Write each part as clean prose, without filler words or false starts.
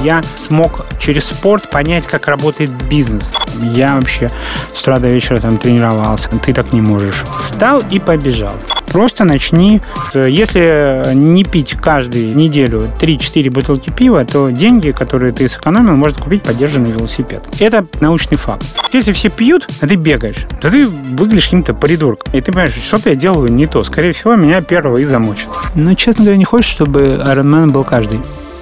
я смог через спорт понять, как работает бизнес. Я вообще с утра до вечера там тренировался. Ты так не можешь. Встал и побежал. Просто начни. Если не пить каждую неделю 3-4 бутылки пива, то деньги, которые ты сэкономил, можно купить подержанный велосипед. Это научный факт. Если все пьют, а ты бегаешь, то ты выглядишь каким-то придурком. И ты понимаешь, что-то я делаю не то. Скорее всего, меня первого и замочат. Но, честно говоря, не хочешь, чтобы Ironman был каждый.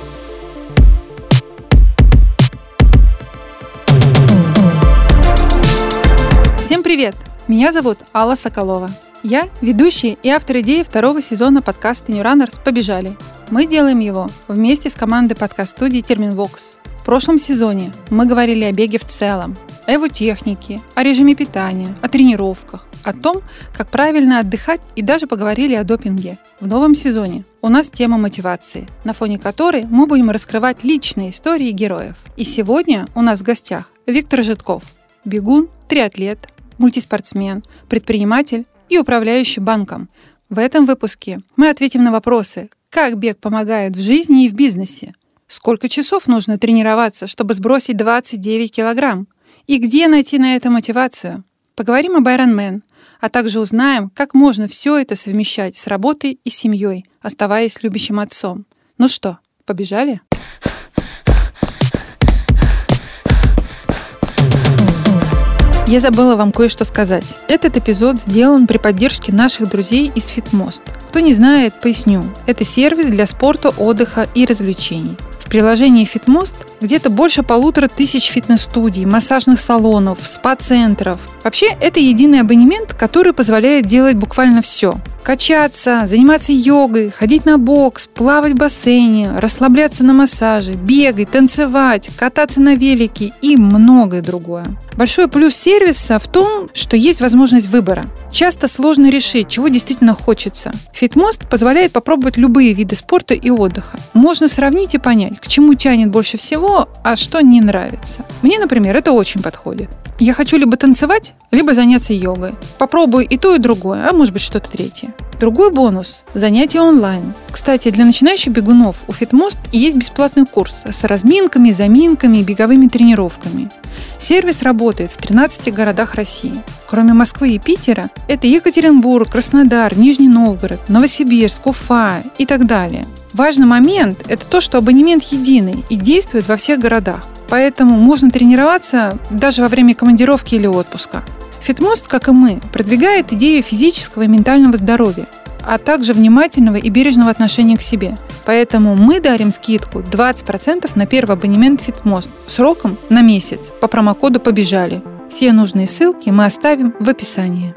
Всем привет! Меня зовут Алла Соколова. Я ведущий и автор идеи второго сезона подкаста New Runners «Побежали». Мы делаем его вместе с командой подкаст-студии Terminvox. В прошлом сезоне мы говорили о беге в целом, о его технике, о режиме питания, о тренировках, о том, как правильно отдыхать и даже поговорили о допинге. В новом сезоне у нас тема мотивации, на фоне которой мы будем раскрывать личные истории героев. И сегодня у нас в гостях Виктор Житков, бегун, триатлет, мультиспортсмен, предприниматель и управляющий банком. В этом выпуске мы ответим на вопросы, как бег помогает в жизни и в бизнесе, сколько часов нужно тренироваться, чтобы сбросить 29 килограмм, и где найти на это мотивацию. Поговорим об Ironman, а также узнаем, как можно все это совмещать с работой и семьей, оставаясь любящим отцом. Ну что, побежали? Я забыла вам кое-что сказать. Этот эпизод сделан при поддержке наших друзей из FitMost. Кто не знает, поясню. Это сервис для спорта, отдыха и развлечений. В приложении FitMost где-то больше 1500 фитнес-студий, массажных салонов, спа-центров. Вообще, это единый абонемент, который позволяет делать буквально все. Качаться, заниматься йогой, ходить на бокс, плавать в бассейне, расслабляться на массаже, бегать, танцевать, кататься на велике и многое другое. Большой плюс сервиса в том, что есть возможность выбора. Часто сложно решить, чего действительно хочется. FitMost позволяет попробовать любые виды спорта и отдыха. Можно сравнить и понять, к чему тянет больше всего, а что не нравится. Мне, например, это очень подходит. Я хочу либо танцевать, либо заняться йогой. Попробую и то, и другое, а может быть что-то третье. Другой бонус – занятия онлайн. Кстати, для начинающих бегунов у FitMost есть бесплатный курс с разминками, заминками и беговыми тренировками. Сервис работает в 13 городах России. Кроме Москвы и Питера, это Екатеринбург, Краснодар, Нижний Новгород, Новосибирск, Уфа и так далее. Важный момент – это то, что абонемент единый и действует во всех городах. Поэтому можно тренироваться даже во время командировки или отпуска. FitMost, как и мы, продвигает идею физического и ментального здоровья, а также внимательного и бережного отношения к себе. Поэтому мы дарим скидку 20% на первый абонемент FitMost сроком на месяц по промокоду «Побежали». Все нужные ссылки мы оставим в описании.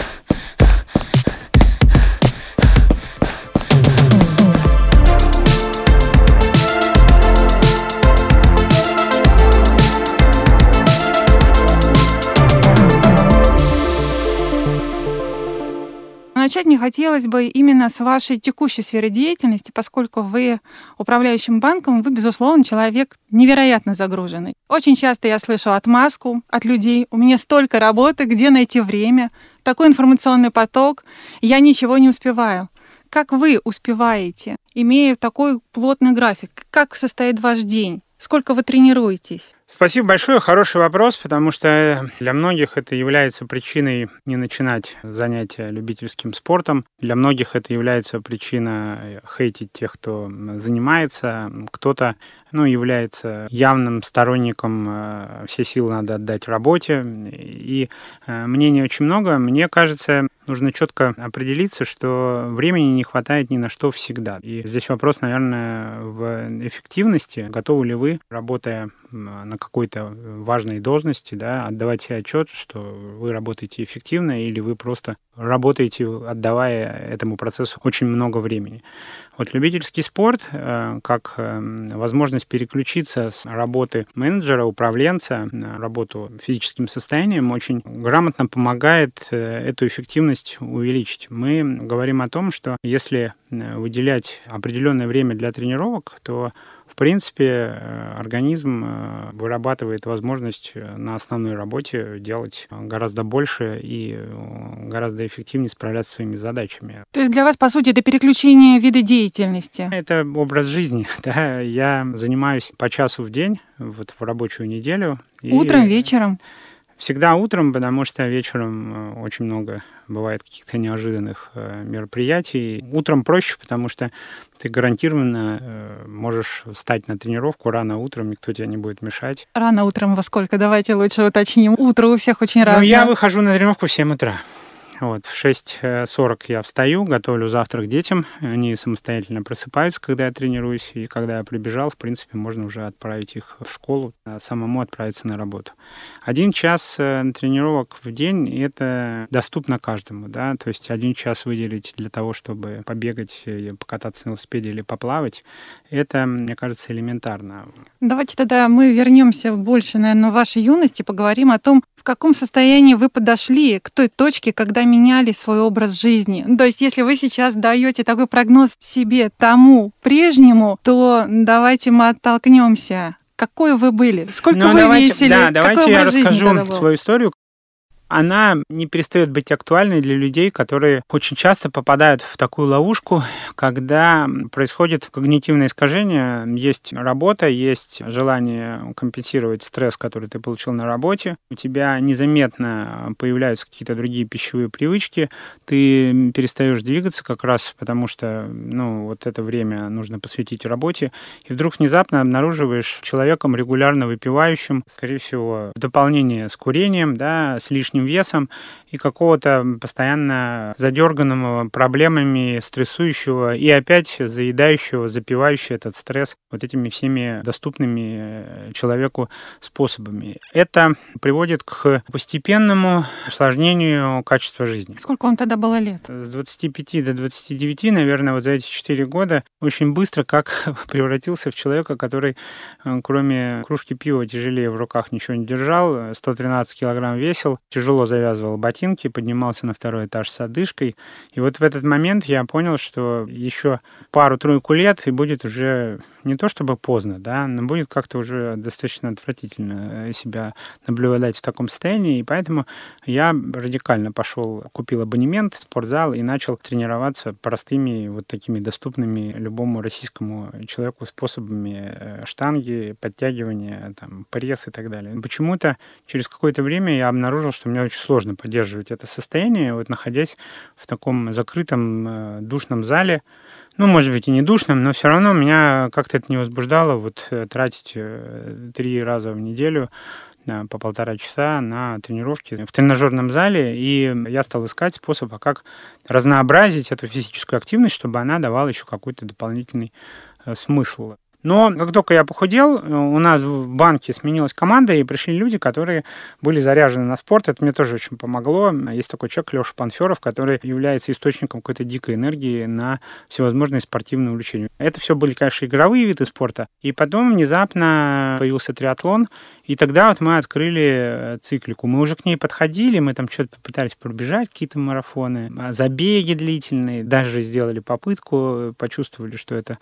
Начать мне хотелось бы именно с вашей текущей сферы деятельности, поскольку вы управляющим банком, вы, безусловно, человек невероятно загруженный. Очень часто я слышу отмазку от людей: у меня столько работы, где найти время, такой информационный поток, я ничего не успеваю. Как вы успеваете, имея такой плотный график? Как состоит ваш день? Сколько вы тренируетесь? Спасибо большое, хороший вопрос, потому что для многих это является причиной не начинать занятия любительским спортом. Для многих это является причиной хейтить тех, кто занимается. Кто-то является явным сторонником «все силы надо отдать работе». И мнений очень много. Мне кажется, нужно четко определиться, что времени не хватает ни на что всегда. И здесь вопрос, наверное, в эффективности. Готовы ли вы, работая на какой-то важной должности, отдавать себе отчет, что вы работаете эффективно, или вы просто работаете, отдавая этому процессу очень много времени. Вот любительский спорт, как возможность переключиться с работы менеджера, управленца на работу физическим состоянием, очень грамотно помогает эту эффективность увеличить. Мы говорим о том, что если выделять определенное время для тренировок, то в принципе, организм вырабатывает возможность на основной работе делать гораздо больше и гораздо эффективнее справляться со своими задачами. То есть для вас, по сути, это переключение вида деятельности? Это образ жизни. Да? Я занимаюсь по часу в день вот в рабочую неделю. Утром, вечером? Всегда утром, потому что вечером очень много бывает каких-то неожиданных мероприятий. Утром проще, потому что ты гарантированно можешь встать на тренировку рано утром, никто тебе не будет мешать. Рано утром во сколько? Давайте лучше уточним. Утро у всех очень разное. Я выхожу на тренировку в 7 утра. Вот, в 6:40 я встаю, готовлю завтрак детям. Они самостоятельно просыпаются, когда я тренируюсь. И когда я прибежал, в принципе, можно уже отправить их в школу, а самому отправиться на работу. 1 час тренировок в день – это доступно каждому. Да? То есть 1 час выделить для того, чтобы побегать, покататься на велосипеде или поплавать – это, мне кажется, элементарно. Давайте тогда мы вернемся больше, наверное, в вашей юности, поговорим о том, в каком состоянии вы подошли к той точке, когда меняли свой образ жизни. То есть, если вы сейчас даете такой прогноз себе, тому прежнему, то давайте мы оттолкнемся. Какой вы были? Сколько вы весили? Да, давайте я расскажу свою историю. Она не перестает быть актуальной для людей, которые очень часто попадают в такую ловушку, когда происходит когнитивное искажение. Есть работа, есть желание компенсировать стресс, который ты получил на работе. У тебя незаметно появляются какие-то другие пищевые привычки. Ты перестаешь двигаться как раз потому, что вот это время нужно посвятить работе. И вдруг внезапно обнаруживаешь человеком регулярно выпивающим, скорее всего, в дополнение с курением, да, с лишним весом и какого-то постоянно задерганного проблемами, стрессующего и опять заедающего, запивающего этот стресс вот этими всеми доступными человеку способами. Это приводит к постепенному усложнению качества жизни. Сколько вам тогда было лет? С 25 до 29, наверное, вот за эти 4 года очень быстро как превратился в человека, который кроме кружки пива тяжелее в руках ничего не держал, 113 килограмм весил, тяжело завязывал ботинки, поднимался на 2-й этаж с одышкой. И вот в этот момент я понял, что еще пару-тройку лет, и будет уже не то чтобы поздно, да, но будет как-то уже достаточно отвратительно себя наблюдать в таком состоянии. И поэтому я радикально пошел, купил абонемент в спортзал и начал тренироваться простыми, вот такими доступными любому российскому человеку способами штанги, подтягивания, пресс и так далее. Почему-то через какое-то время я обнаружил, что мне очень сложно поддерживать это состояние, вот находясь в таком закрытом душном зале. Может быть, и не душным, но все равно меня как-то это не возбуждало тратить 3 раза в неделю по 1,5 часа на тренировки в тренажерном зале, и я стал искать способ, как разнообразить эту физическую активность, чтобы она давала еще какой-то дополнительный смысл. Но как только я похудел, у нас в банке сменилась команда, и пришли люди, которые были заряжены на спорт. Это мне тоже очень помогло. Есть такой человек, Леша Панферов, который является источником какой-то дикой энергии на всевозможные спортивные увлечения. Это все были, конечно, игровые виды спорта. И потом внезапно появился триатлон, и тогда вот мы открыли циклику. Мы уже к ней подходили, мы там что-то попытались пробежать, какие-то марафоны, забеги длительные, даже сделали попытку, почувствовали, что это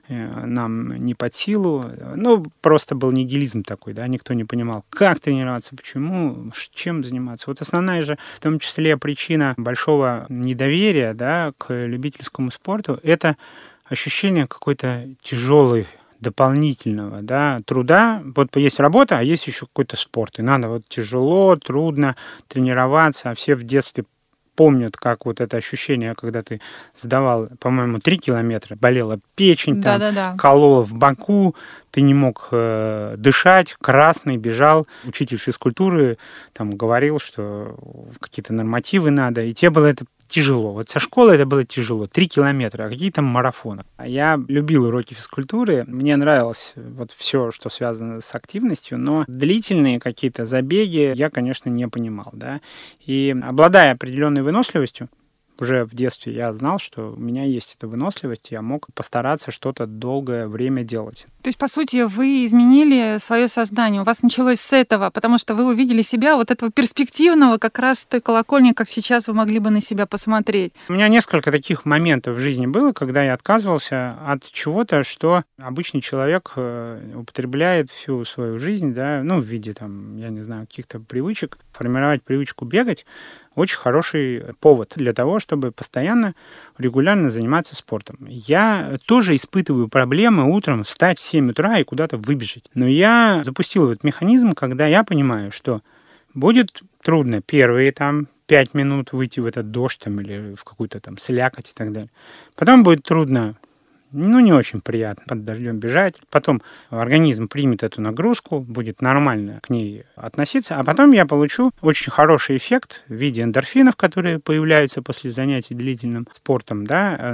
нам не под силу. Просто был нигилизм такой, да, никто не понимал, как тренироваться, почему, чем заниматься. Вот основная же, в том числе, причина большого недоверия, да, к любительскому спорту – это ощущение какой-то тяжелой дополнительного, да, труда. Вот есть работа, а есть еще какой-то спорт. И надо тяжело, трудно тренироваться. А все в детстве помнят, как вот это ощущение, когда ты сдавал, по-моему, 3 километра, болела печень, колола в боку, ты не мог дышать, красный, бежал. Учитель физкультуры говорил, что какие-то нормативы надо, и тебе было это тяжело. Вот со школы это было тяжело. 3 километра, а какие там марафоны. Я любил уроки физкультуры. Мне нравилось все, что связано с активностью, но длительные какие-то забеги я, конечно, не понимал. Да? И обладая определенной выносливостью, уже в детстве я знал, что у меня есть эта выносливость, я мог постараться что-то долгое время делать. То есть, по сути, вы изменили свое сознание. У вас началось с этого, потому что вы увидели себя вот этого перспективного, как раз с той колокольни, как сейчас вы могли бы на себя посмотреть. У меня несколько таких моментов в жизни было, когда я отказывался от чего-то, что обычный человек употребляет всю свою жизнь, да, в виде, я не знаю, каких-то привычек. Формировать привычку бегать очень хороший повод для того, чтобы постоянно, регулярно заниматься спортом. Я тоже испытываю проблемы утром встать в 7 утра и куда-то выбежать. Но я запустил этот механизм, когда я понимаю, что будет трудно первые 5 минут выйти в этот дождь или в какую-то слякоть и так далее. Потом будет трудно, не очень приятно под дождем бежать. Потом организм примет эту нагрузку, будет нормально к ней относиться, а потом я получу очень хороший эффект в виде эндорфинов, которые появляются после занятий длительным спортом,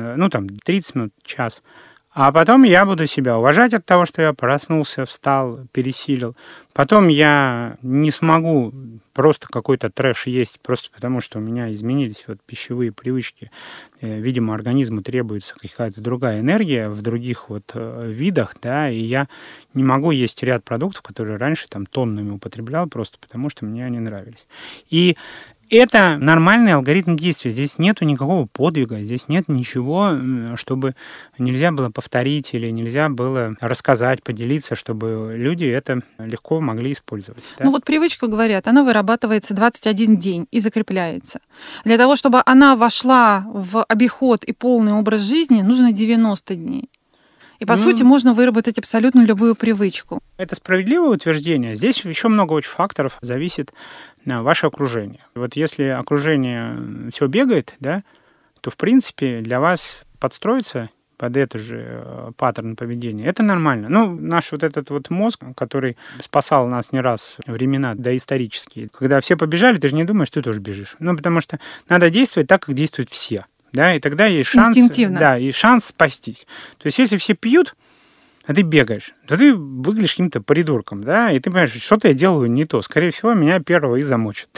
30 минут, час. А потом я буду себя уважать от того, что я проснулся, встал, пересилил. Потом я не смогу просто какой-то трэш есть, просто потому что у меня изменились пищевые привычки. Видимо, организму требуется какая-то другая энергия в других видах, и я не могу есть ряд продуктов, которые раньше тоннами употреблял, просто потому что мне они нравились. И это нормальный алгоритм действия. Здесь нету никакого подвига, здесь нет ничего, чтобы нельзя было повторить или нельзя было рассказать, поделиться, чтобы люди это легко могли использовать. Да? Привычка, говорят, она вырабатывается 21 день и закрепляется. Для того, чтобы она вошла в обиход и полный образ жизни, нужно 90 дней. И, по сути, можно выработать абсолютно любую привычку. Это справедливое утверждение. Здесь еще много очень факторов зависит ваше окружение. Если окружение все бегает, то, в принципе, для вас подстроиться под этот же паттерн поведения, это нормально. Наш этот мозг, который спасал нас не раз времена доисторические, когда все побежали, ты же не думаешь, что ты тоже бежишь. Потому что надо действовать так, как действуют все. И тогда есть шанс, и шанс спастись. То есть, если все пьют, а ты бегаешь, то ты выглядишь каким-то придурком, и ты понимаешь, что-то я делаю не то. Скорее всего, меня первого и замочат.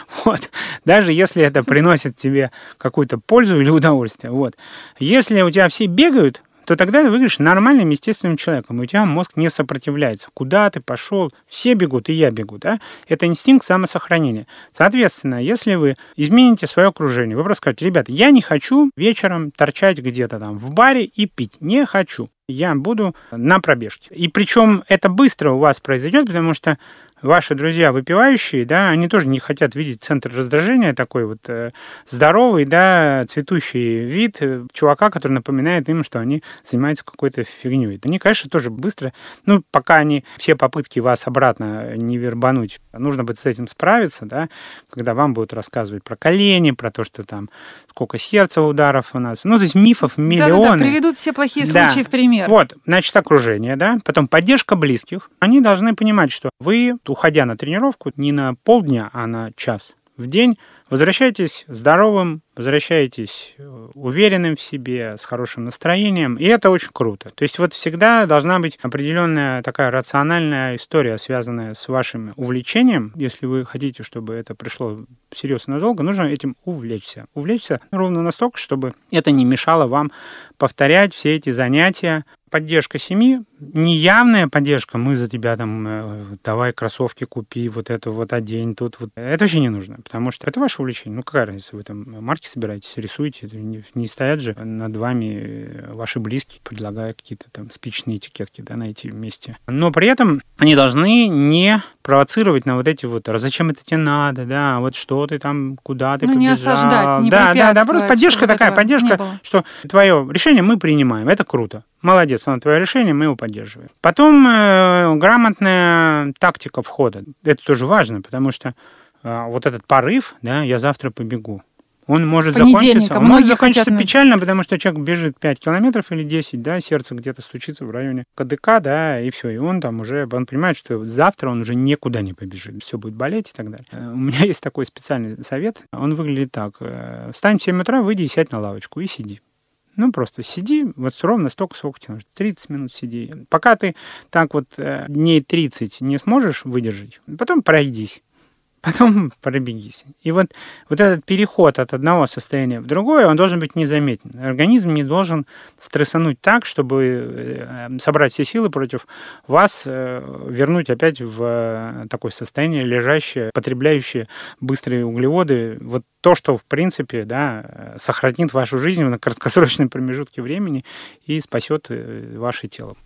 Даже если это приносит тебе какую-то пользу или удовольствие. Если у тебя все бегают, то тогда ты выглядишь нормальным, естественным человеком, и у тебя мозг не сопротивляется. Куда ты пошел? Все бегут, и я бегу. Это инстинкт самосохранения. Соответственно, если вы измените свое окружение, вы просто скажете: ребята, я не хочу вечером торчать где-то в баре и пить. Не хочу. Я буду на пробежке. И причем это быстро у вас произойдет, потому что ваши друзья выпивающие, они тоже не хотят видеть центр раздражения, такой здоровый, цветущий вид чувака, который напоминает им, что они занимаются какой-то фигней. Они, конечно, тоже быстро, пока они все попытки вас обратно не вербануть, нужно будет с этим справиться, когда вам будут рассказывать про колени, про то, что сколько сердцевых ударов у нас. То есть мифов миллионы. Приведут все плохие случаи в пример. Значит, окружение, потом поддержка близких. Они должны понимать, что вы, уходя на тренировку, не на полдня, а на час в день, возвращайтесь здоровым, возвращаетесь уверенным в себе, с хорошим настроением, и это очень круто. То есть всегда должна быть определенная такая рациональная история, связанная с вашим увлечением. Если вы хотите, чтобы это пришло серьезно надолго, нужно этим увлечься. Увлечься ровно настолько, чтобы это не мешало вам повторять все эти занятия. Поддержка семьи, неявная поддержка, мы за тебя давай кроссовки купи, это одень, тут это вообще не нужно, потому что это ваше увлечение. Какая разница, вы марки собираетесь, рисуете, не стоят же над вами ваши близкие, предлагая какие-то спичные этикетки, найти вместе. Но при этом они должны не провоцировать на эти зачем это тебе надо, что ты куда ты побежал. Не осаждать, не препятствовать. Просто поддержка такая, поддержка, что твое решение мы принимаем, это круто. Молодец, оно твое решение, мы его поддерживаем. Потом грамотная тактика входа. Это тоже важно, потому что этот порыв, я завтра побегу, он может закончиться печально, потому что человек бежит 5 километров или 10, сердце где-то стучится в районе КДК, и все, и он он понимает, что завтра он уже никуда не побежит, все будет болеть и так далее. У меня есть такой специальный совет, он выглядит так: встань в 7 утра, выйди и сядь на лавочку и сиди. Просто сиди ровно столько, сколько тебе нужно. 30 минут сиди. Пока ты дней 30 не сможешь выдержать, потом пройдись. потом пробегись. И вот этот переход от одного состояния в другое, он должен быть незаметен. Организм не должен стрессануть так, чтобы собрать все силы против вас, вернуть опять в такое состояние лежащее, потребляющее быстрые углеводы. Вот то, что, в принципе, да, сохранит вашу жизнь на краткосрочном промежутке времени и спасет ваше тело.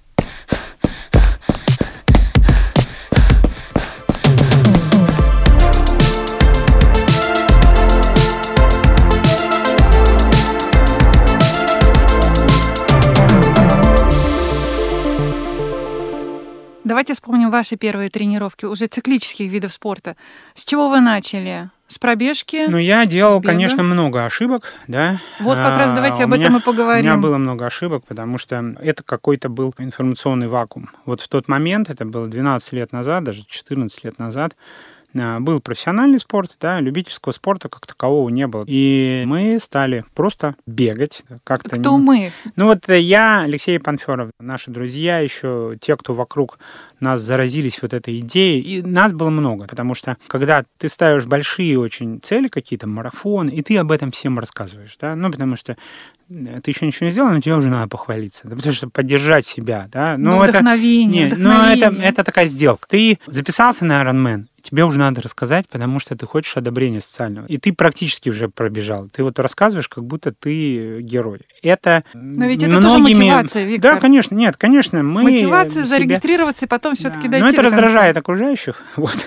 Давайте вспомним ваши первые тренировки уже циклических видов спорта. С чего вы начали? С пробежки? Я делал, конечно, много ошибок, да. Вот как раз давайте об этом и поговорим. У меня было много ошибок, потому что это какой-то был информационный вакуум. Вот в тот момент, это было 12 лет назад, даже 14 лет назад, был профессиональный спорт, да, любительского спорта как такового не было. И мы стали просто бегать. Как-то Кто мы? Я, Алексей Панферов, наши друзья, еще те, кто вокруг нас заразились вот этой идеей. И нас было много, потому что когда ты ставишь большие очень цели какие-то, марафон, и ты об этом всем рассказываешь, да, потому что ты еще ничего не сделал, но тебе уже надо похвалиться, да, потому что поддержать себя, да. Вдохновение. Это такая сделка. Ты записался на Ironman, тебе уже надо рассказать, потому что ты хочешь одобрения социального. И ты практически уже пробежал. Ты рассказываешь, как будто ты герой. Но ведь это тоже мотивация, Виктор. Да, конечно. Нет, конечно. Мотивация зарегистрироваться и потом все-таки дойти до конца. Но это раздражает окружающих.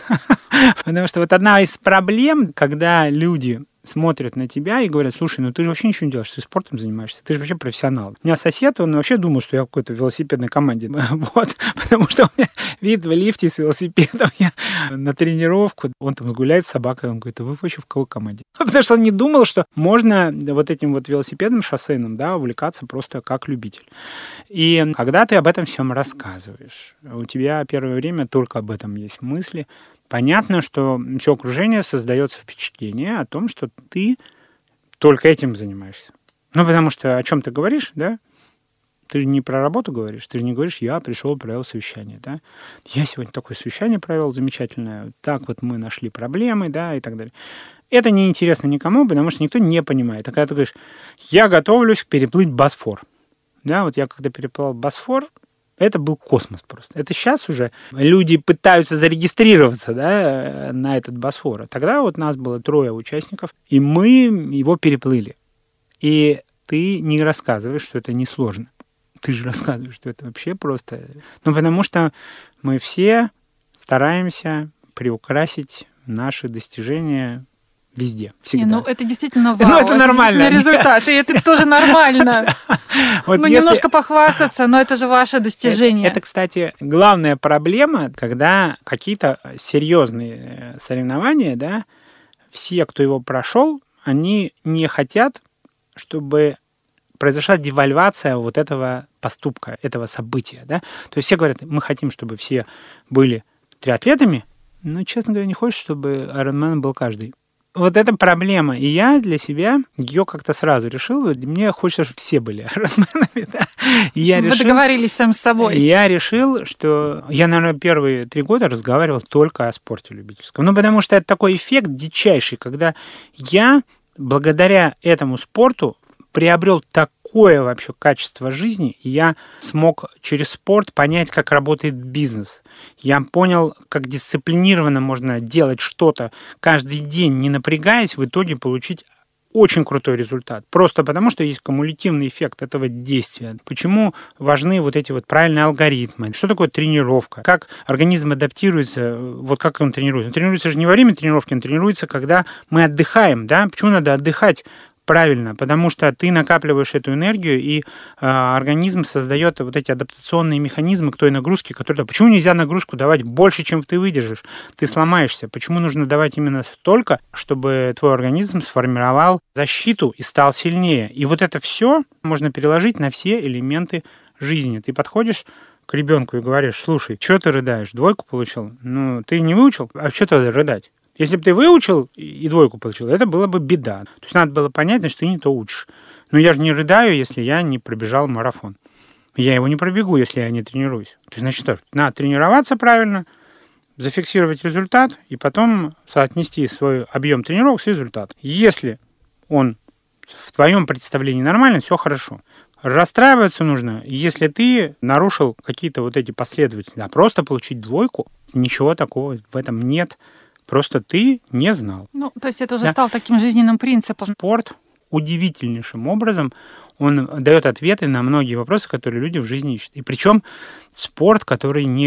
Потому что одна из проблем, когда люди смотрят на тебя и говорят: слушай, ты же вообще ничего не делаешь, ты спортом занимаешься, ты же вообще профессионал. У меня сосед, он вообще думал, что я в какой-то велосипедной команде. Потому что у меня вид в лифте с велосипедом, я на тренировку, он там гуляет с собакой, он говорит: а вы вообще в какой команде? Потому что он не думал, что можно этим велосипедом шоссейным, да, увлекаться просто как любитель. И когда ты об этом всем рассказываешь, у тебя первое время только об этом есть мысли. Понятно, что все окружение создается впечатление о том, что ты только этим занимаешься. Потому что о чем ты говоришь, да? Ты же не про работу говоришь, ты же не говоришь: я пришел, провел совещание, да? Я сегодня такое совещание провел замечательное, так мы нашли проблемы, да, и так далее. Это неинтересно никому, потому что никто не понимает. А когда ты говоришь: я готовлюсь переплыть Босфор, да, я когда переплыл Босфор, это был космос просто. Это сейчас уже люди пытаются зарегистрироваться, да, на этот Босфор. Тогда нас было 3 участников, и мы его переплыли. И ты не рассказываешь, что это несложно. Ты же рассказываешь, что это вообще просто... потому что мы все стараемся приукрасить наши достижения везде, всегда. Это действительно вау. Это нормально. Это результат, и это тоже нормально. Немножко похвастаться, но это же ваше достижение. Это, кстати, главная проблема, когда какие-то серьезные соревнования, да, все, кто его прошел, они не хотят, чтобы произошла девальвация этого поступка, этого события, да. То есть все говорят: мы хотим, чтобы все были триатлетами, но, честно говоря, не хочется, чтобы Ironman был каждый. Это проблема. И я для себя ее как-то сразу решил. Мне хочется, чтобы все были айронменами. Да? Вы договорились сам с собой. Я решил, что я, наверное, первые 3 года разговаривал только о спорте любительском. Потому что это такой эффект дичайший, когда я благодаря этому спорту приобрел такое вообще качество жизни, и я смог через спорт понять, как работает бизнес. Я понял, как дисциплинированно можно делать что-то каждый день, не напрягаясь, в итоге получить очень крутой результат. Просто потому, что есть кумулятивный эффект этого действия. Почему важны эти правильные алгоритмы? Что такое тренировка? Как организм адаптируется? Как он тренируется? Он тренируется же не во время тренировки, он тренируется, когда мы отдыхаем. Да? Почему надо отдыхать? Правильно, потому что ты накапливаешь эту энергию, и организм создает эти адаптационные механизмы к той нагрузке, которая... Почему нельзя нагрузку давать больше, чем ты выдержишь? Ты сломаешься. Почему нужно давать именно столько, чтобы твой организм сформировал защиту и стал сильнее? И это все можно переложить на все элементы жизни. Ты подходишь к ребенку и говоришь: слушай, что ты рыдаешь? 2 получил? Ты не выучил? А что тогда рыдать? Если бы ты выучил и 2 получил, это было бы беда. То есть надо было понять, значит, ты не то учишь. Но я же не рыдаю, если я не пробежал марафон. Я его не пробегу, если я не тренируюсь. То есть, значит, что? Надо тренироваться правильно, зафиксировать результат и потом соотнести свой объем тренировок с результатом. Если он в твоем представлении нормально, все хорошо. Расстраиваться нужно, если ты нарушил какие-то вот эти последовательности. А просто получить двойку, ничего такого в этом нет. Просто ты не знал. То есть это уже стал таким жизненным принципом. Спорт удивительнейшим образом, он дает ответы на многие вопросы, которые люди в жизни ищут. И причем спорт, который не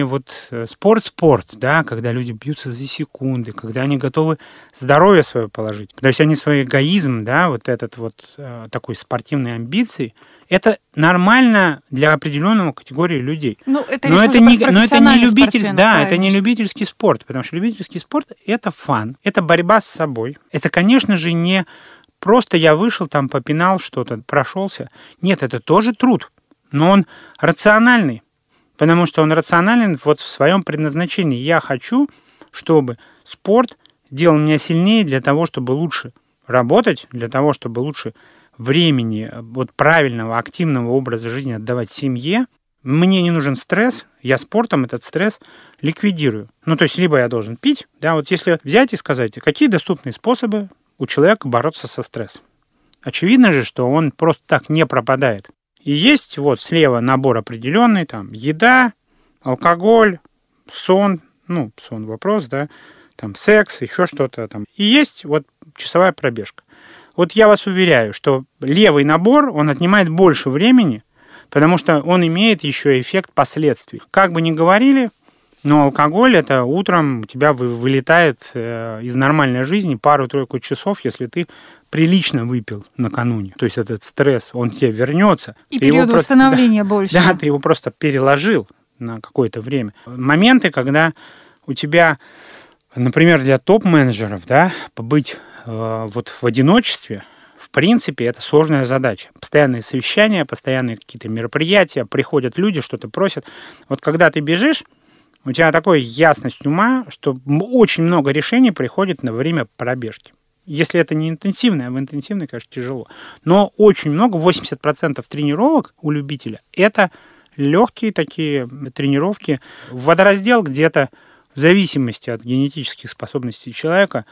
спорт, да, когда люди бьются за секунды, когда они готовы здоровье свое положить. То есть они свой эгоизм, да, вот этот вот такой спортивной амбиции, это нормально для определенного категории людей. Но это не любительский, это не любительский спорт, потому что любительский спорт – это фан, это борьба с собой. Это, конечно же, не просто я вышел, там попинал что-то, прошелся. Нет, это тоже труд, но он рациональный, потому что он рационален вот в своем предназначении. Я хочу, чтобы спорт делал меня сильнее для того, чтобы лучше работать, для того, чтобы лучше времени, вот правильного, активного образа жизни отдавать семье. Мне не нужен стресс, я спортом этот стресс ликвидирую. То есть либо я должен пить, да, вот если взять и сказать, какие доступные способы у человека бороться со стрессом. Очевидно же, что он просто так не пропадает. И есть вот слева набор определенный, там, еда, алкоголь, сон, сон вопрос, да, там, секс, еще что-то там. И есть вот часовая пробежка. Вот я вас уверяю, что левый набор, он отнимает больше времени, потому что он имеет еще эффект последствий. Как бы ни говорили, но алкоголь – это утром у тебя вылетает из нормальной жизни пару-тройку часов, если ты прилично выпил накануне. То есть этот стресс, он тебе вернется. И период восстановления больше. Да, ты его просто переложил на какое-то время. Моменты, когда у тебя, например, для топ-менеджеров, да, побыть вот в одиночестве, в принципе, это сложная задача. Постоянные совещания, постоянные какие-то мероприятия, приходят люди, что-то просят. Вот когда ты бежишь, у тебя такая ясность ума, что очень много решений приходит на время пробежки. Если это не интенсивное, в интенсивной, конечно, тяжело. Но очень много, 80% тренировок у любителя, это легкие такие тренировки. Водораздел где-то, в зависимости от генетических способностей человека,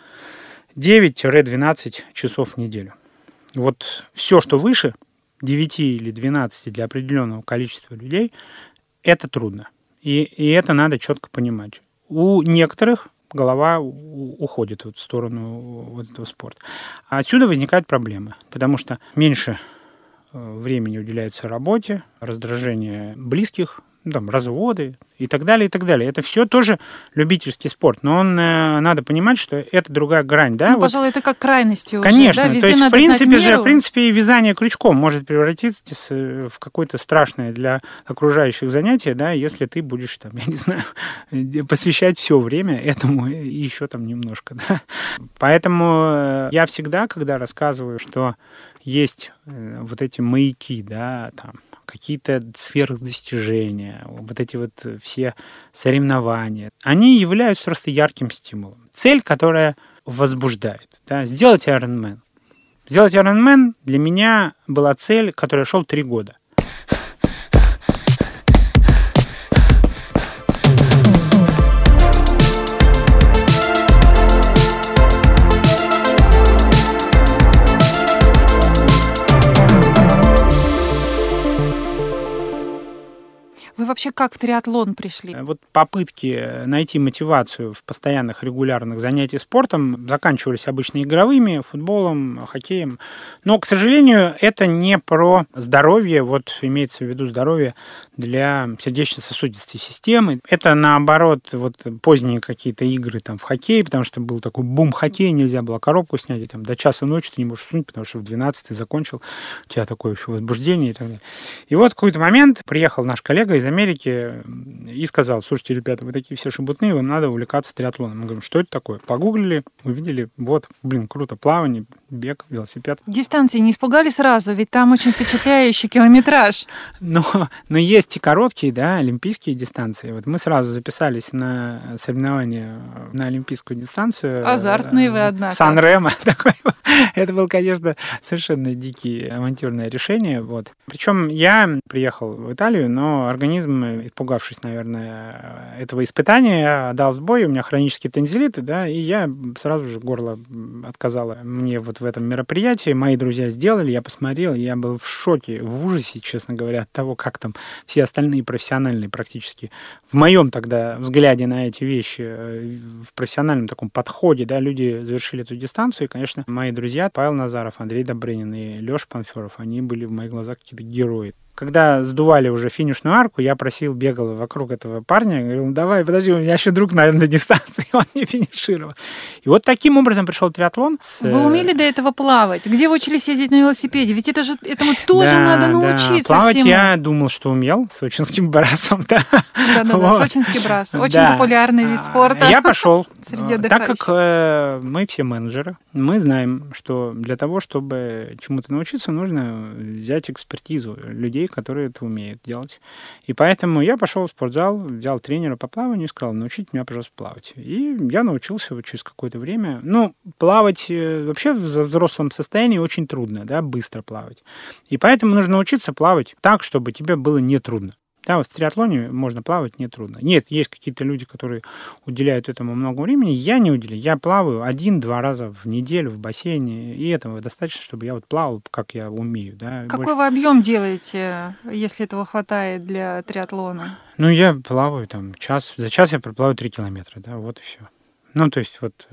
9-12 часов в неделю. Вот все, что выше 9 или 12 для определенного количества людей, это трудно. И это надо четко понимать. У некоторых голова уходит в сторону вот этого спорта. А отсюда возникают проблемы, потому что меньше времени уделяется работе, раздражение близких, разводы и так далее, и так далее. Это все тоже любительский спорт, но надо понимать, что это другая грань. Да? Пожалуй, это как крайности уже. Конечно, да? то есть в принципе, вязание крючком может превратиться в какое-то страшное для окружающих занятие, да, если ты будешь, я не знаю, посвящать все время этому и еще немножко. Да? Поэтому я всегда, когда рассказываю, что есть вот эти маяки, да, какие-то сверхдостижения, вот эти вот все соревнования, они являются просто ярким стимулом. Цель, которая возбуждает. Да, сделать Ironman. Сделать Ironman для меня была цель, к которой я шел 3 года. Вы вообще как в триатлон пришли? Вот попытки найти мотивацию в постоянных регулярных занятиях спортом заканчивались обычно игровыми, футболом, хоккеем. Но, к сожалению, это не про здоровье, вот имеется в виду здоровье для сердечно-сосудистой системы. Это, наоборот, вот поздние какие-то игры в хоккей, потому что был такой бум хоккея, нельзя было коробку снять, и до часа ночи ты не можешь уснуть, потому что в 12 ты закончил, у тебя такое еще возбуждение и так далее. И вот в какой-то момент приехал наш коллега из Америки и сказал: слушайте, ребята, вы такие все шебутные, вам надо увлекаться триатлоном. Мы говорим, что это такое? Погуглили, увидели, вот, круто, плавание, бег, велосипед. Дистанции не испугали сразу, ведь там очень впечатляющий километраж. Но есть и короткие, да, олимпийские дистанции. Вот мы сразу записались на соревнования на олимпийскую дистанцию. Азартные вы, однако. Сан-Ремо такой. Это было, конечно, совершенно дикие авантюрное решение. Вот. Причем я приехал в Италию, но организм, испугавшись, наверное, этого испытания, дал сбой. У меня хронические танзелиты, да, и я сразу же горло отказало мне вот в этом мероприятии. Мои друзья сделали, я посмотрел, я был в шоке, в ужасе, честно говоря, от того, как там все остальные профессиональные практически в моем тогда взгляде на эти вещи, в профессиональном таком подходе, да, люди завершили эту дистанцию. И, конечно, мои друзья Павел Назаров, Андрей Добрынин и Леша Панферов, они были в моих глазах какие-то герои. Когда сдували уже финишную арку, я бегал вокруг этого парня, говорил, давай, подожди, у меня еще друг, наверное, на дистанции, он не финишировал. И вот таким образом пришел триатлон. Вы умели до этого плавать? Где вы учились ездить на велосипеде? Ведь этому тоже надо научиться. Плавать всему. Я думал, что умел сочинским брасом. Да, сочинский брас. Очень популярный вид спорта. Я пошел. Так как мы все менеджеры, мы знаем, что для того, чтобы чему-то научиться, нужно взять экспертизу людей, которые это умеют делать. И поэтому я пошел в спортзал, взял тренера по плаванию и сказал, научите меня, пожалуйста, плавать. И я научился вот через какое-то время. Плавать вообще в взрослом состоянии очень трудно, да, быстро плавать. И поэтому нужно научиться плавать так, чтобы тебе было нетрудно. Да, вот в триатлоне можно плавать нетрудно. Нет, есть какие-то люди, которые уделяют этому много времени. Я не уделяю. Я плаваю 1-2 раза в неделю в бассейне, и этого достаточно, чтобы я вот плавал, как я умею. Да. Какой вы объем делаете, если этого хватает для триатлона? Я плаваю там час. За час я проплаваю 3 километра, да, вот и все. То есть вот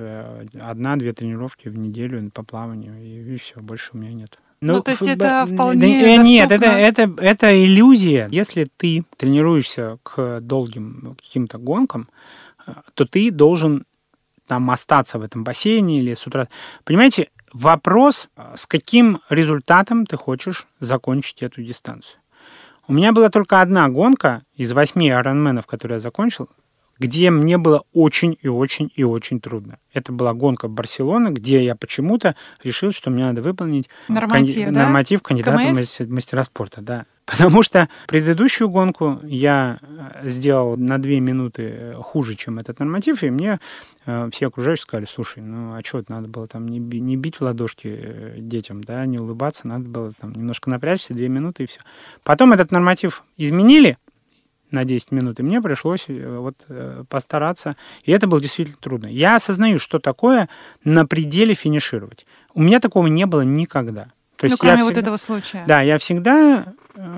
1-2 тренировки в неделю по плаванию, и все, больше у меня нет. То есть это вполне Нет, доступно? это иллюзия. Если ты тренируешься к долгим каким-то гонкам, то ты должен там остаться в этом бассейне или с утра. Понимаете, вопрос, с каким результатом ты хочешь закончить эту дистанцию. У меня была только одна гонка из 8 айронменов, которые я закончил, где мне было очень и очень и очень трудно. Это была гонка в Барселоне, где я почему-то решил, что мне надо выполнить норматив кандидата в мастера спорта. Да. Потому что предыдущую гонку я сделал на 2 минуты хуже, чем этот норматив, и мне все окружающие сказали, слушай, а что это надо было там не бить в ладошки детям, да, не улыбаться, надо было там немножко напрячься, 2 минуты и все. Потом этот норматив изменили на 10 минут, и мне пришлось постараться. И это было действительно трудно. Я осознаю, что такое на пределе финишировать. У меня такого не было никогда. То есть кроме этого случая. Да, я всегда...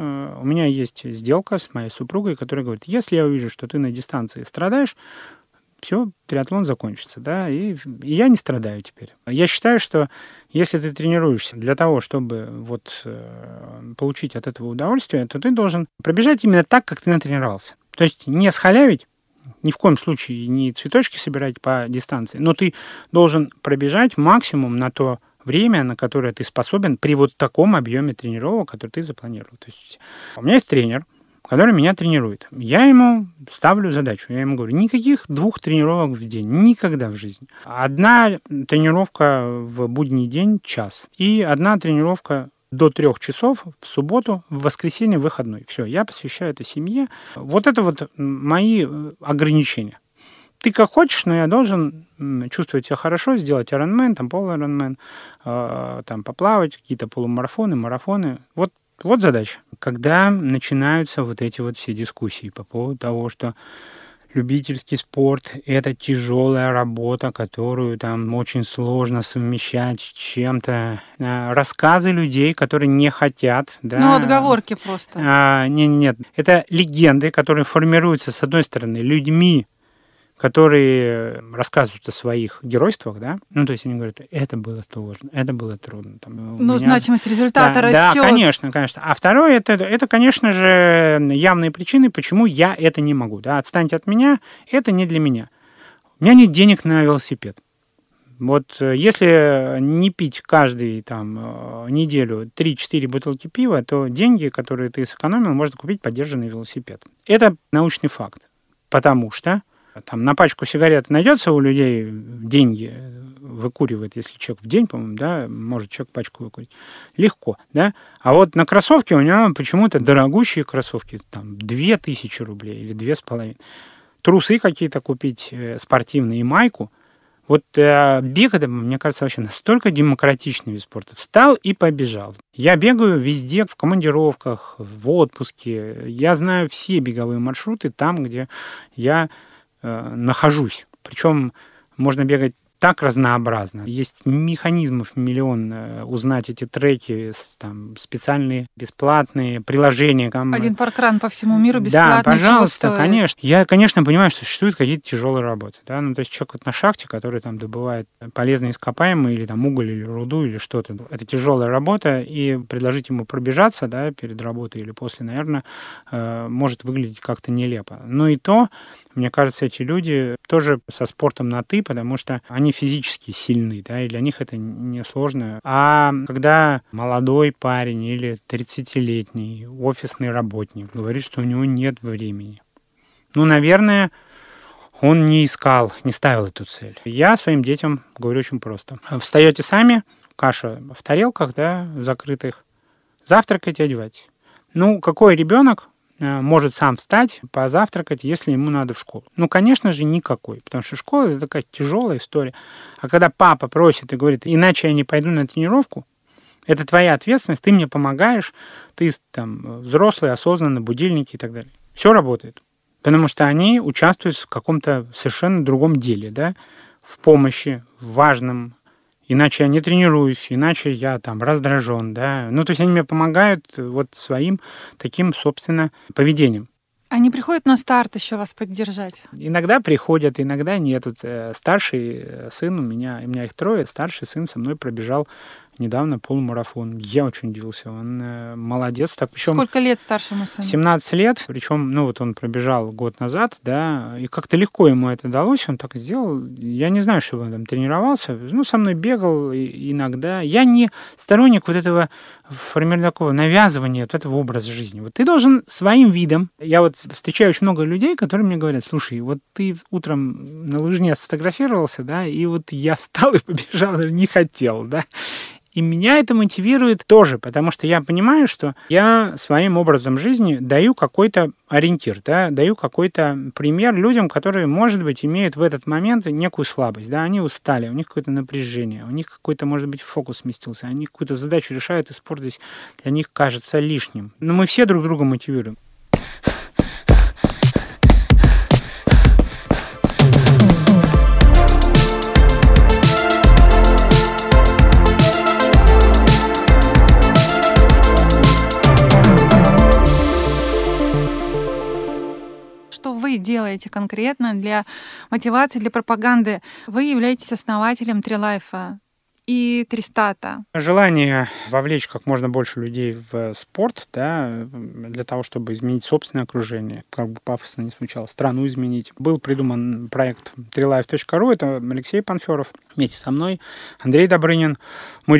У меня есть сделка с моей супругой, которая говорит, если я увижу, что ты на дистанции страдаешь, все, триатлон закончится, да, и я не страдаю теперь. Я считаю, что если ты тренируешься для того, чтобы получить от этого удовольствие, то ты должен пробежать именно так, как ты натренировался. То есть не схалявить, ни в коем случае не цветочки собирать по дистанции, но ты должен пробежать максимум на то время, на которое ты способен при вот таком объеме тренировок, который ты запланировал. То есть у меня есть тренер, который меня тренирует. Я ему ставлю задачу. Я ему говорю, никаких 2 тренировок в день. Никогда в жизни. 1 тренировка в будний день – час. И 1 тренировка до 3 часов в субботу, в воскресенье, в выходной. Все, я посвящаю это семье. Вот это мои ограничения. Ты как хочешь, но я должен чувствовать себя хорошо, сделать айронмен, там пол-айронмен, там поплавать, какие-то полумарафоны, марафоны. Вот задача. Когда начинаются эти все дискуссии по поводу того, что любительский спорт – это тяжелая работа, которую там очень сложно совмещать с чем-то. Рассказы людей, которые не хотят. Да, отговорки просто. Нет. Это легенды, которые формируются, с одной стороны, людьми, которые рассказывают о своих геройствах, да, то есть они говорят, это было сложно, это было трудно. Значимость результата растет. Да, конечно. А второе, это, конечно же, явные причины, почему я это не могу. Да, отстаньте от меня, это не для меня. У меня нет денег на велосипед. Если не пить каждую неделю 3-4 бутылки пива, то деньги, которые ты сэкономил, можно купить подержанный велосипед. Это научный факт, потому что на пачку сигарет найдется у людей деньги, выкуривает, если человек в день, по-моему, да, может человек пачку выкурить. Легко, да. А на кроссовки у него почему-то дорогущие кроссовки, 2000 рублей или 2500. Трусы какие-то купить спортивные и майку. Вот бег, это, мне кажется, вообще настолько демократичный вид спорта. Встал и побежал. Я бегаю везде, в командировках, в отпуске. Я знаю все беговые маршруты там, где я нахожусь. Причем можно бегать так разнообразно. Есть механизмов миллион узнать эти треки, там, специальные бесплатные приложения. Один паркран по всему миру бесплатно. Да, пожалуйста, конечно. Я, конечно, понимаю, что существуют какие-то тяжелые работы. Да? Ну, то есть человек вот на шахте, который там добывает полезные ископаемые или там уголь, или руду, или что-то. Это тяжелая работа, и предложить ему пробежаться, да, перед работой или после, наверное, может выглядеть как-то нелепо. Но и то, мне кажется, эти люди тоже со спортом на «ты», потому что они физически сильны, да, и для них это несложно. А когда молодой парень или 30-летний офисный работник говорит, что у него нет времени, ну, наверное, он не ставил эту цель. Я своим детям говорю очень просто. Встаете сами, каша в тарелках, да, закрытых, завтракайте, одевайтесь. Ну, какой ребенок может сам встать, позавтракать, если ему надо в школу? Ну, конечно же, никакой, потому что школа – это такая тяжелая история. А когда папа просит и говорит, иначе я не пойду на тренировку, это твоя ответственность, ты мне помогаешь, ты там взрослый, осознанный, будильники и так далее. Все работает, потому что они участвуют в каком-то совершенно другом деле, да, в помощи, в важном. Иначе я не тренируюсь, иначе я там раздражен, да. Ну, то есть они мне помогают вот своим таким, собственно, поведением. Они приходят на старт еще вас поддержать? Иногда приходят, иногда нет. Вот, старший сын у меня их трое, старший сын со мной пробежал недавно полумарафон. Я очень удивился. Он молодец. Так, причем сколько лет старшему сыну? 17 лет. Причем, ну вот он пробежал год назад, да, и как-то легко ему это далось. Он так сделал. Я не знаю, что он там тренировался. Ну, со мной бегал иногда. Я не сторонник вот этого формирования такого навязывания вот этого образа жизни. Вот ты должен своим видом. Я вот встречаю очень много людей, которые мне говорят: слушай, вот ты утром на лыжне сфотографировался, да, и вот я встал и побежал, не хотел, да. И меня это мотивирует тоже, потому что я понимаю, что я своим образом жизни даю какой-то ориентир, да, даю какой-то пример людям, которые, может быть, имеют в этот момент некую слабость, да, они устали, у них какое-то напряжение, у них какой-то, может быть, фокус сместился, они какую-то задачу решают, и спорт здесь для них кажется лишним. Но мы все друг друга мотивируем. Вы делаете конкретно для мотивации, для пропаганды? Вы являетесь основателем Трилайфа и Тристата. Желание вовлечь как можно больше людей в спорт, да, для того, чтобы изменить собственное окружение, как бы пафосно не звучало, страну изменить. Был придуман проект trilife.ru, это Алексей Панферов вместе со мной, Андрей Добрынин. Мы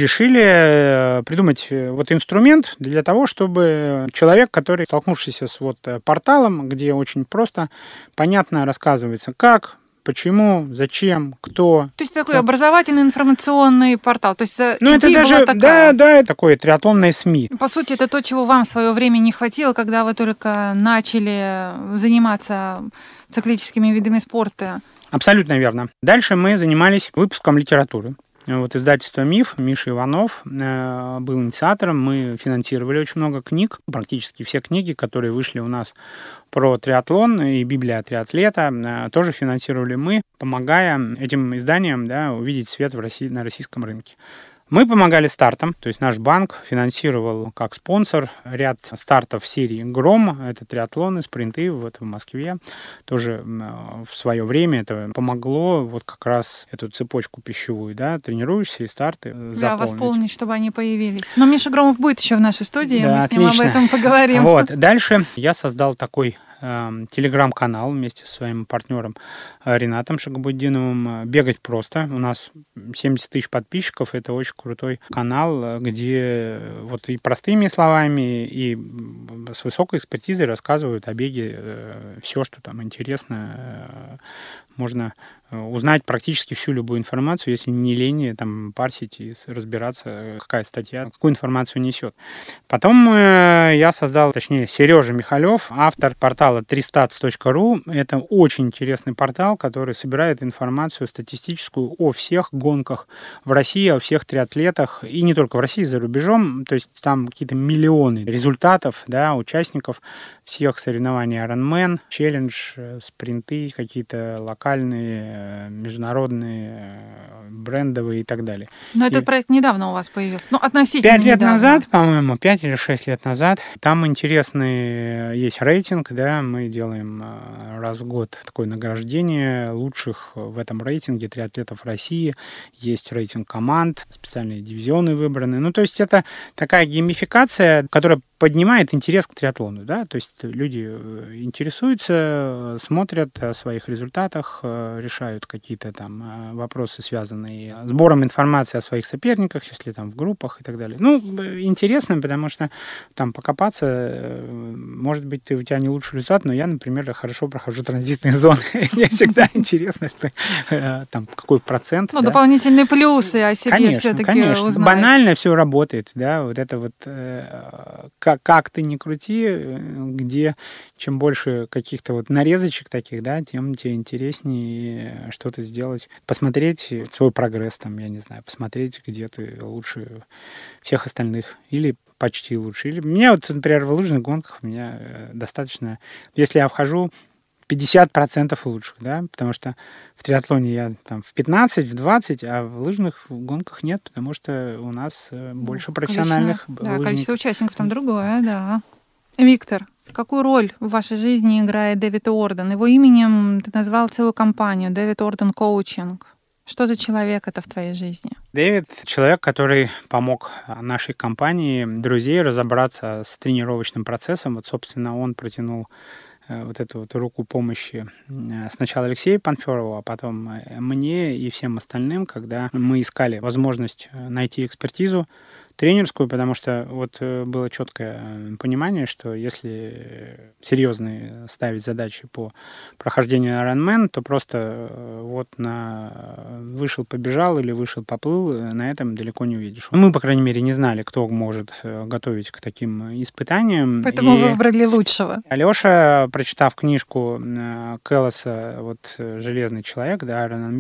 решили придумать вот инструмент для того, чтобы человек, который, столкнувшийся с вот порталом, где очень просто, понятно рассказывается, как, почему, зачем, кто. То есть такой образовательный информационный портал. То есть ну, это даже, да, такое триатлонное СМИ. По сути, это то, чего вам в свое время не хватило, когда вы только начали заниматься циклическими видами спорта. Абсолютно верно. Дальше мы занимались выпуском литературы. Вот издательство «Миф», Миша Иванов был инициатором. Мы финансировали очень много книг. Практически все книги, которые вышли у нас про триатлон и Библия триатлета, тоже финансировали мы, помогая этим изданиям, да, увидеть свет на российском рынке. Мы помогали стартам, то есть наш банк финансировал как спонсор ряд стартов серии «Гром». Это триатлоны, спринты вот в Москве. Тоже в свое время это помогло вот как раз эту цепочку пищевую, да, тренируешься и старты восполнить, чтобы они появились. Но Миша Громов будет еще в нашей студии, да, мы с ним об этом поговорим. Вот. Дальше я создал такой телеграм-канал вместе со своим партнером Ринатом Шагабуддиновым. Бегать просто. У нас 70 тысяч подписчиков. Это очень крутой канал, где вот и простыми словами, и с высокой экспертизой рассказывают о беге все, что там интересно, можно узнать практически всю любую информацию, если не лень там парсить и разбираться, какая статья, какую информацию несет. Потом я создал, точнее, Сережа Михалев, автор портала 3stats.ru. Это очень интересный портал, который собирает информацию статистическую о всех гонках в России, о всех триатлетах, и не только в России, за рубежом. То есть там какие-то миллионы результатов, да, участников всех соревнований Ironman, челлендж, спринты, какие-то локальные, международные, брендовые и так далее. Но этот проект недавно у вас появился, ну, относительно 5 лет недавно. назад, по-моему, 5 или 6 лет назад. Там интересный есть рейтинг, да, мы делаем раз в год такое награждение лучших в этом рейтинге триатлетов России. Есть рейтинг команд, специальные дивизионы выбраны. Ну, то есть это такая геймификация, которая поднимает интерес к триатлону, да, то есть люди интересуются, смотрят о своих результатах, решают какие-то там вопросы, связанные с сбором информации о своих соперниках, если там в группах и так далее. Ну, интересно, потому что там покопаться, может быть, у тебя не лучший результат, но я, например, хорошо прохожу транзитные зоны. Мне всегда интересно, что там какой процент. Ну, дополнительные плюсы о себе все-таки узнать. Банально все работает, да, вот это вот как ты ни крути, где чем больше каких-то вот нарезочек таких, да, тем тебе интереснее что-то сделать, посмотреть свой прогресс, там, я не знаю, посмотреть, где ты лучше всех остальных или почти лучше. Или мне вот, например, в лыжных гонках у меня достаточно, если я вхожу 50% лучших, да, потому что в триатлоне я там в 15, в 20, а в лыжных гонках нет, потому что у нас больше профессиональных лыжников. Да, количество участников там другое, да. Виктор, какую роль в вашей жизни играет Дэвид Уорден? Его именем ты назвал целую компанию Дэвид Уорден Коучинг. Что за человек это в твоей жизни? Дэвид — человек, который помог нашей компании, друзей, разобраться с тренировочным процессом. Вот, собственно, он протянул вот эту вот руку помощи сначала Алексею Панферову, а потом мне и всем остальным, когда мы искали возможность найти экспертизу тренерскую, потому что вот было четкое понимание, что если серьезные ставить задачи по прохождению Ironman, то просто вот вышел, побежал или вышел, поплыл, на этом далеко не увидишь. Мы, по крайней мере, не знали, кто может готовить к таким испытаниям. Поэтому вы выбрали лучшего. Алёша, прочитав книжку Келлоса, вот «Железный человек», да, Iron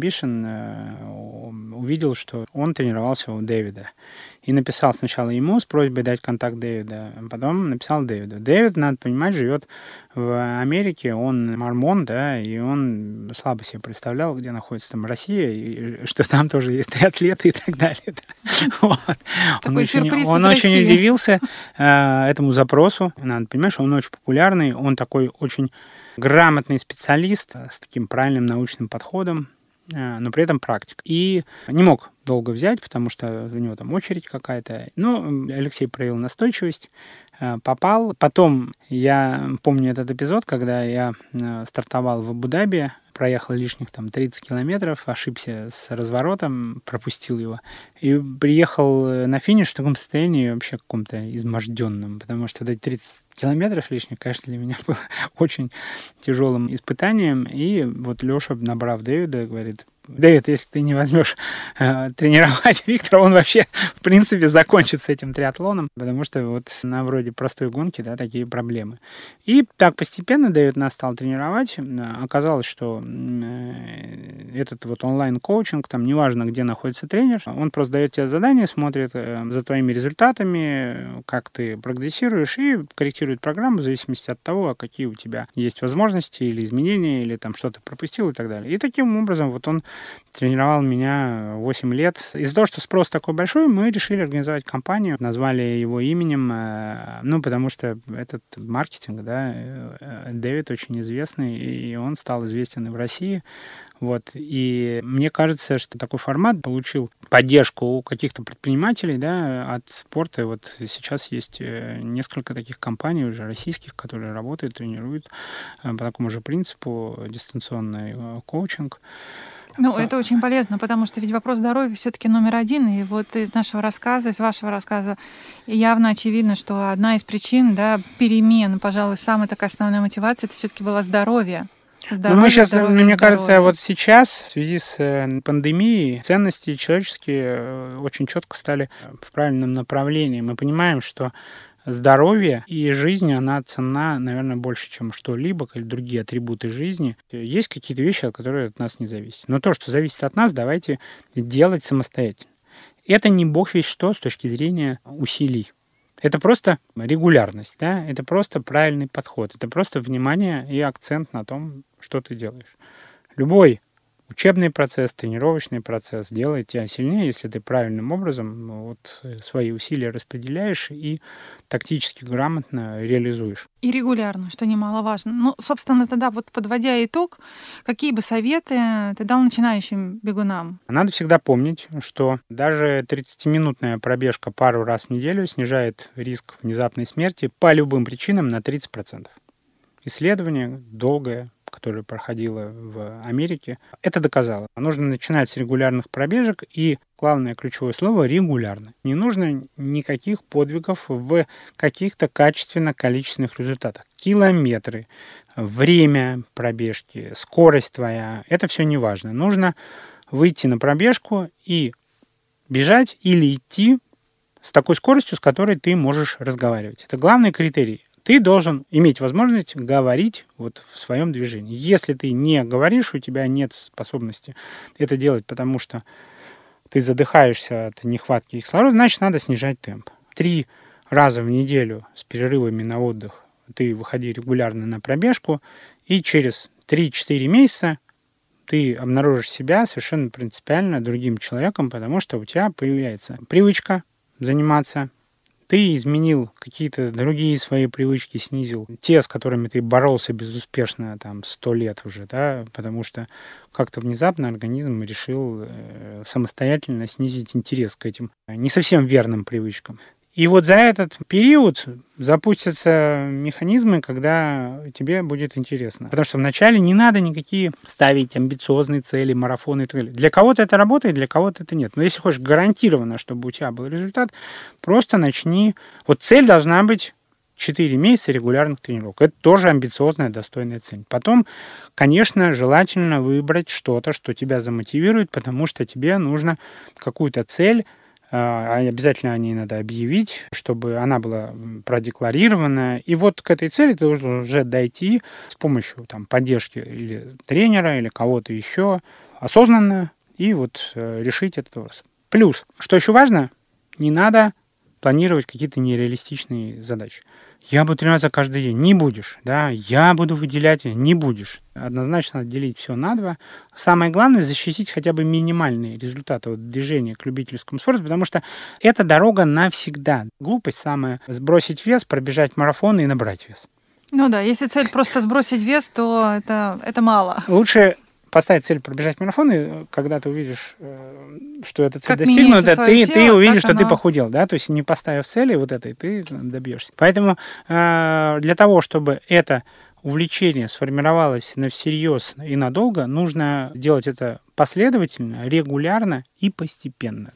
Ambition, увидел, что он тренировался у Дэвида. И написал сначала ему с просьбой дать контакт Дэвида, а потом написал Дэвиду. Дэвид, надо понимать, живет в Америке, он мормон, да, и он слабо себе представлял, где находится там Россия, и что там тоже есть триатлеты и так далее. Да. Вот. Он очень удивился этому запросу. Надо понимать, что он очень популярный, он такой очень грамотный специалист с таким правильным научным подходом, но при этом практик. И не мог долго взять, потому что у него там очередь какая-то. Но Алексей проявил настойчивость, попал. Потом я помню этот эпизод, когда я стартовал в Абу-Даби, проехал лишних там 30 километров, ошибся с разворотом, пропустил его. И приехал на финиш в таком состоянии вообще каком-то изможденном, потому что эти 30 километров лишних, конечно, для меня было очень тяжелым испытанием. И вот Леша, набрав Дэвида, говорит: Дэвид, если ты не возьмешь тренировать Виктора, он вообще, в принципе, закончит с этим триатлоном, потому что вот на вроде простой гонки, да, такие проблемы. И так постепенно Дэвид нас стал тренировать. Оказалось, что этот вот онлайн-коучинг, там неважно, где находится тренер, он просто дает тебе задание, смотрит за твоими результатами, как ты прогрессируешь, и корректирует программу в зависимости от того, какие у тебя есть возможности или изменения, или там что-то пропустил и так далее. И таким образом вот он тренировал меня 8 лет. Из-за того, что спрос такой большой, мы решили организовать компанию, назвали его именем, ну, потому что этот маркетинг, да, Дэвид очень известный, и он стал известен и в России. Вот. И мне кажется, что такой формат получил поддержку у каких-то предпринимателей, да, от спорта. Вот сейчас есть несколько таких компаний уже российских, которые работают, тренируют по такому же принципу дистанционный коучинг. Ну, это очень полезно, потому что ведь вопрос здоровья все-таки номер один. И вот из нашего рассказа, из вашего рассказа явно очевидно, что одна из причин, да, перемен, пожалуй, самая такая основная мотивация, это все-таки было здоровье. Здоровье, мы сейчас, здоровье, мне кажется, здоровье. вот сейчас в связи с пандемией ценности человеческие очень четко стали в правильном направлении. Мы понимаем, что здоровье и жизнь, она ценна, наверное, больше, чем что-либо, или другие атрибуты жизни. Есть какие-то вещи, которые от нас не зависят. Но то, что зависит от нас, давайте делать самостоятельно. Это не бог весть что с точки зрения усилий. Это просто регулярность, да? Это просто правильный подход. Это просто внимание и акцент на том, что ты делаешь. Любой учебный процесс, тренировочный процесс делает тебя сильнее, если ты правильным образом свои усилия распределяешь и тактически грамотно реализуешь. И регулярно, что немаловажно. Ну, собственно, тогда вот подводя итог, какие бы советы ты дал начинающим бегунам? Надо всегда помнить, что даже 30-минутная пробежка пару раз в неделю снижает риск внезапной смерти по любым причинам на 30%. Исследование долгое, которое проходило в Америке, это доказало. Нужно начинать с регулярных пробежек, и главное ключевое слово — регулярно. Не нужно никаких подвигов в каких-то качественно-количественных результатах. Километры, время пробежки, скорость твоя — это все не важно. Нужно выйти на пробежку и бежать или идти с такой скоростью, с которой ты можешь разговаривать. Это главный критерий. Ты должен иметь возможность говорить вот в своем движении. Если ты не говоришь, у тебя нет способности это делать, потому что ты задыхаешься от нехватки кислорода, значит, надо снижать темп. 3 раза в неделю с перерывами на отдых ты выходи регулярно на пробежку, и через 3-4 месяца ты обнаружишь себя совершенно принципиально другим человеком, потому что у тебя появляется привычка заниматься. Ты изменил какие-то другие свои привычки, снизил те, с которыми ты боролся безуспешно 100 лет уже, да, потому что как-то внезапно организм решил самостоятельно снизить интерес к этим не совсем верным привычкам. И вот за этот период запустятся механизмы, когда тебе будет интересно. Потому что вначале не надо никакие ставить амбициозные цели, марафоны и так далее. Для кого-то это работает, для кого-то это нет. Но если хочешь гарантированно, чтобы у тебя был результат, просто начни. Вот цель должна быть 4 месяца регулярных тренировок. Это тоже амбициозная, достойная цель. Потом, конечно, желательно выбрать что-то, что тебя замотивирует, потому что тебе нужно какую-то цель, обязательно о ней надо объявить, чтобы она была продекларирована. И вот к этой цели ты должен уже дойти с помощью поддержки или тренера, или кого-то еще осознанно и вот решить этот вопрос. Плюс, что еще важно, не надо планировать какие-то нереалистичные задачи. Я буду тренироваться каждый день. Не будешь, да? Я буду выделять, не будешь. Однозначно надо делить все на 2. Самое главное — защитить хотя бы минимальные результаты движения к любительскому спорту, потому что это дорога навсегда. Глупость самая — сбросить вес, пробежать марафон и набрать вес. Ну да, если цель просто сбросить вес, то это мало. Лучше поставить цель пробежать марафон, и когда ты увидишь, что эта цель достигнута, ты увидишь, что ты похудел, да, то есть не поставив цели вот этой, ты добьешься. Поэтому для того, чтобы это увлечение сформировалось всерьез и надолго, нужно делать это последовательно, регулярно и постепенно.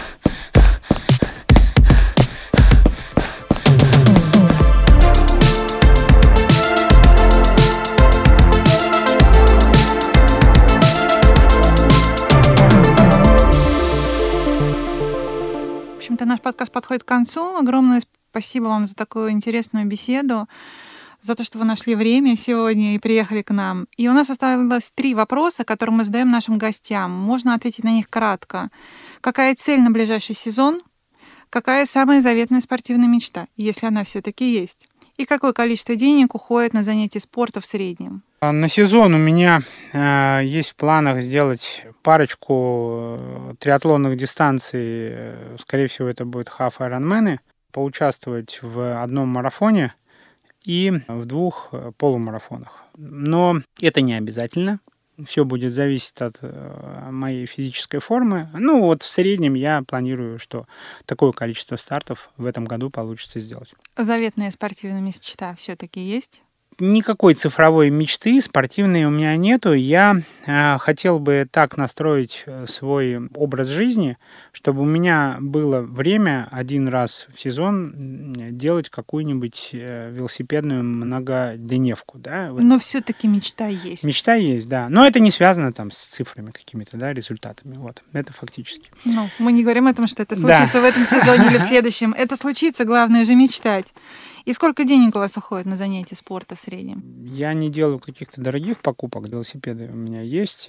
В общем-то, наш подкаст подходит к концу. Огромное спасибо вам за такую интересную беседу, за то, что вы нашли время сегодня и приехали к нам. И у нас осталось 3 вопроса, которые мы задаем нашим гостям. Можно ответить на них кратко. Какая цель на ближайший сезон? Какая самая заветная спортивная мечта, если она все-таки есть? И какое количество денег уходит на занятия спорта в среднем? На сезон у меня есть в планах сделать парочку триатлонных дистанций. Скорее всего, это будет half Ironman. Поучаствовать в одном марафоне и в 2 полумарафонах. Но это не обязательно. Все будет зависеть от моей физической формы. Ну, вот в среднем я планирую, что такое количество стартов в этом году получится сделать. Заветная спортивная мечта все-таки есть? Никакой цифровой мечты спортивной у меня нету. Я хотел бы так настроить свой образ жизни, чтобы у меня было время один раз в сезон делать какую-нибудь велосипедную многодневку. Да? Но все-таки мечта есть. Мечта есть, да. Но это не связано там с цифрами какими-то, да, результатами. Вот. Это фактически. Мы не говорим о том, что это случится в этом сезоне или в следующем. Это случится, главное же мечтать. И сколько денег у вас уходит на занятия спорта в среднем? Я не делаю каких-то дорогих покупок. Велосипеды у меня есть.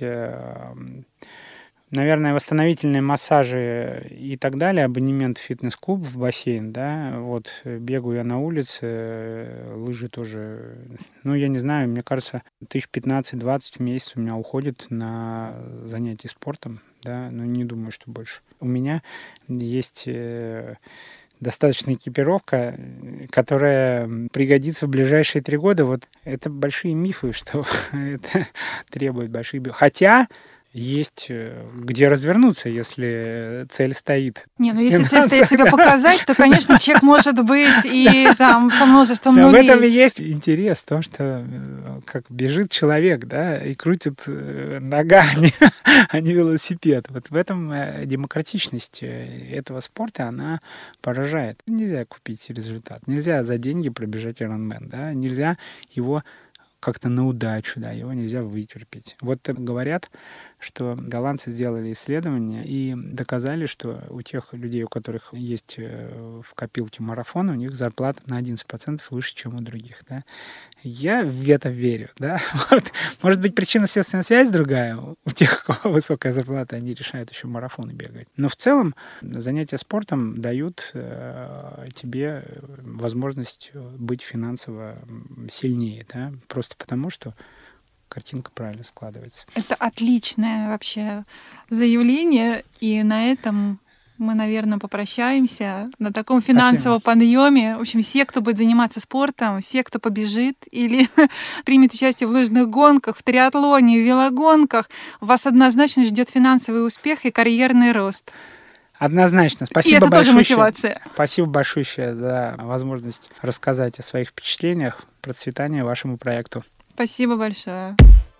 Наверное, восстановительные массажи и так далее, абонемент в фитнес-клуб, в бассейн, да, вот, бегаю я на улице, лыжи тоже, я не знаю, мне кажется, 15-20 в месяц у меня уходит на занятия спортом, да, но не думаю, что больше. У меня есть достаточная экипировка, которая пригодится в ближайшие 3 года. Вот это большие мифы, что это требует больших... Хотя есть где развернуться, если цель стоит. Если цель стоит себя показать, то, конечно, чек может быть и там со множеством нулей. В этом и есть интерес, в том, что как бежит человек, да, и крутит нога, а не велосипед. Вот в этом демократичность этого спорта, она поражает. Нельзя купить результат, нельзя за деньги пробежать Ironman, да, нельзя его как-то на удачу, да, его нельзя вытерпеть. Вот говорят, что голландцы сделали исследование и доказали, что у тех людей, у которых есть в копилке марафон, у них зарплата на 11% выше, чем у других. Да? Я в это верю. Да? Вот. Может быть, причинно-следственная связь другая. У тех, у кого высокая зарплата, они решают еще марафоны бегать. Но в целом занятия спортом дают тебе возможность быть финансово сильнее. Да? Просто потому, что картинка правильно складывается. Это отличное вообще заявление, и на этом мы, наверное, попрощаемся на таком финансовом подъеме. В общем, все, кто будет заниматься спортом, все, кто побежит или примет участие в лыжных гонках, в триатлоне, в велогонках, вас однозначно ждет финансовый успех и карьерный рост. Однозначно. Спасибо и это большое. Тоже мотивация. Спасибо большое за возможность рассказать о своих впечатлениях. Процветания вашему проекту. Спасибо большое.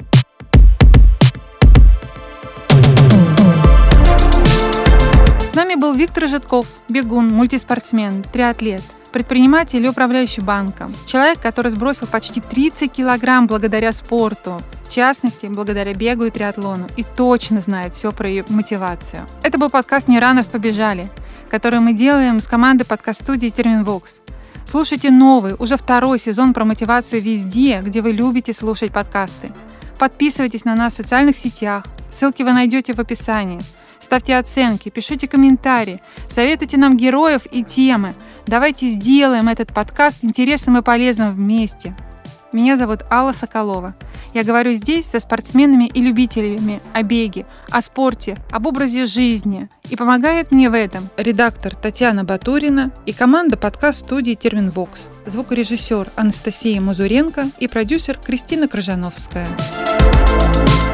С нами был Виктор Житков, бегун, мультиспортсмен, триатлет, предприниматель и управляющий банком. Человек, который сбросил почти 30 килограмм благодаря спорту, в частности, благодаря бегу и триатлону, и точно знает все про ее мотивацию. Это был подкаст «Не Runners побежали», который мы делаем с командой подкаст-студии Terminvox. Слушайте новый, уже 2-й сезон про мотивацию везде, где вы любите слушать подкасты. Подписывайтесь на нас в социальных сетях, ссылки вы найдете в описании. Ставьте оценки, пишите комментарии, советуйте нам героев и темы. Давайте сделаем этот подкаст интересным и полезным вместе. Меня зовут Алла Соколова. Я говорю здесь со спортсменами и любителями о беге, о спорте, об образе жизни. И помогает мне в этом редактор Татьяна Батурина и команда подкаст-студии Terminvox, звукорежиссер Анастасия Мазуренко и продюсер Кристина Крыжановская.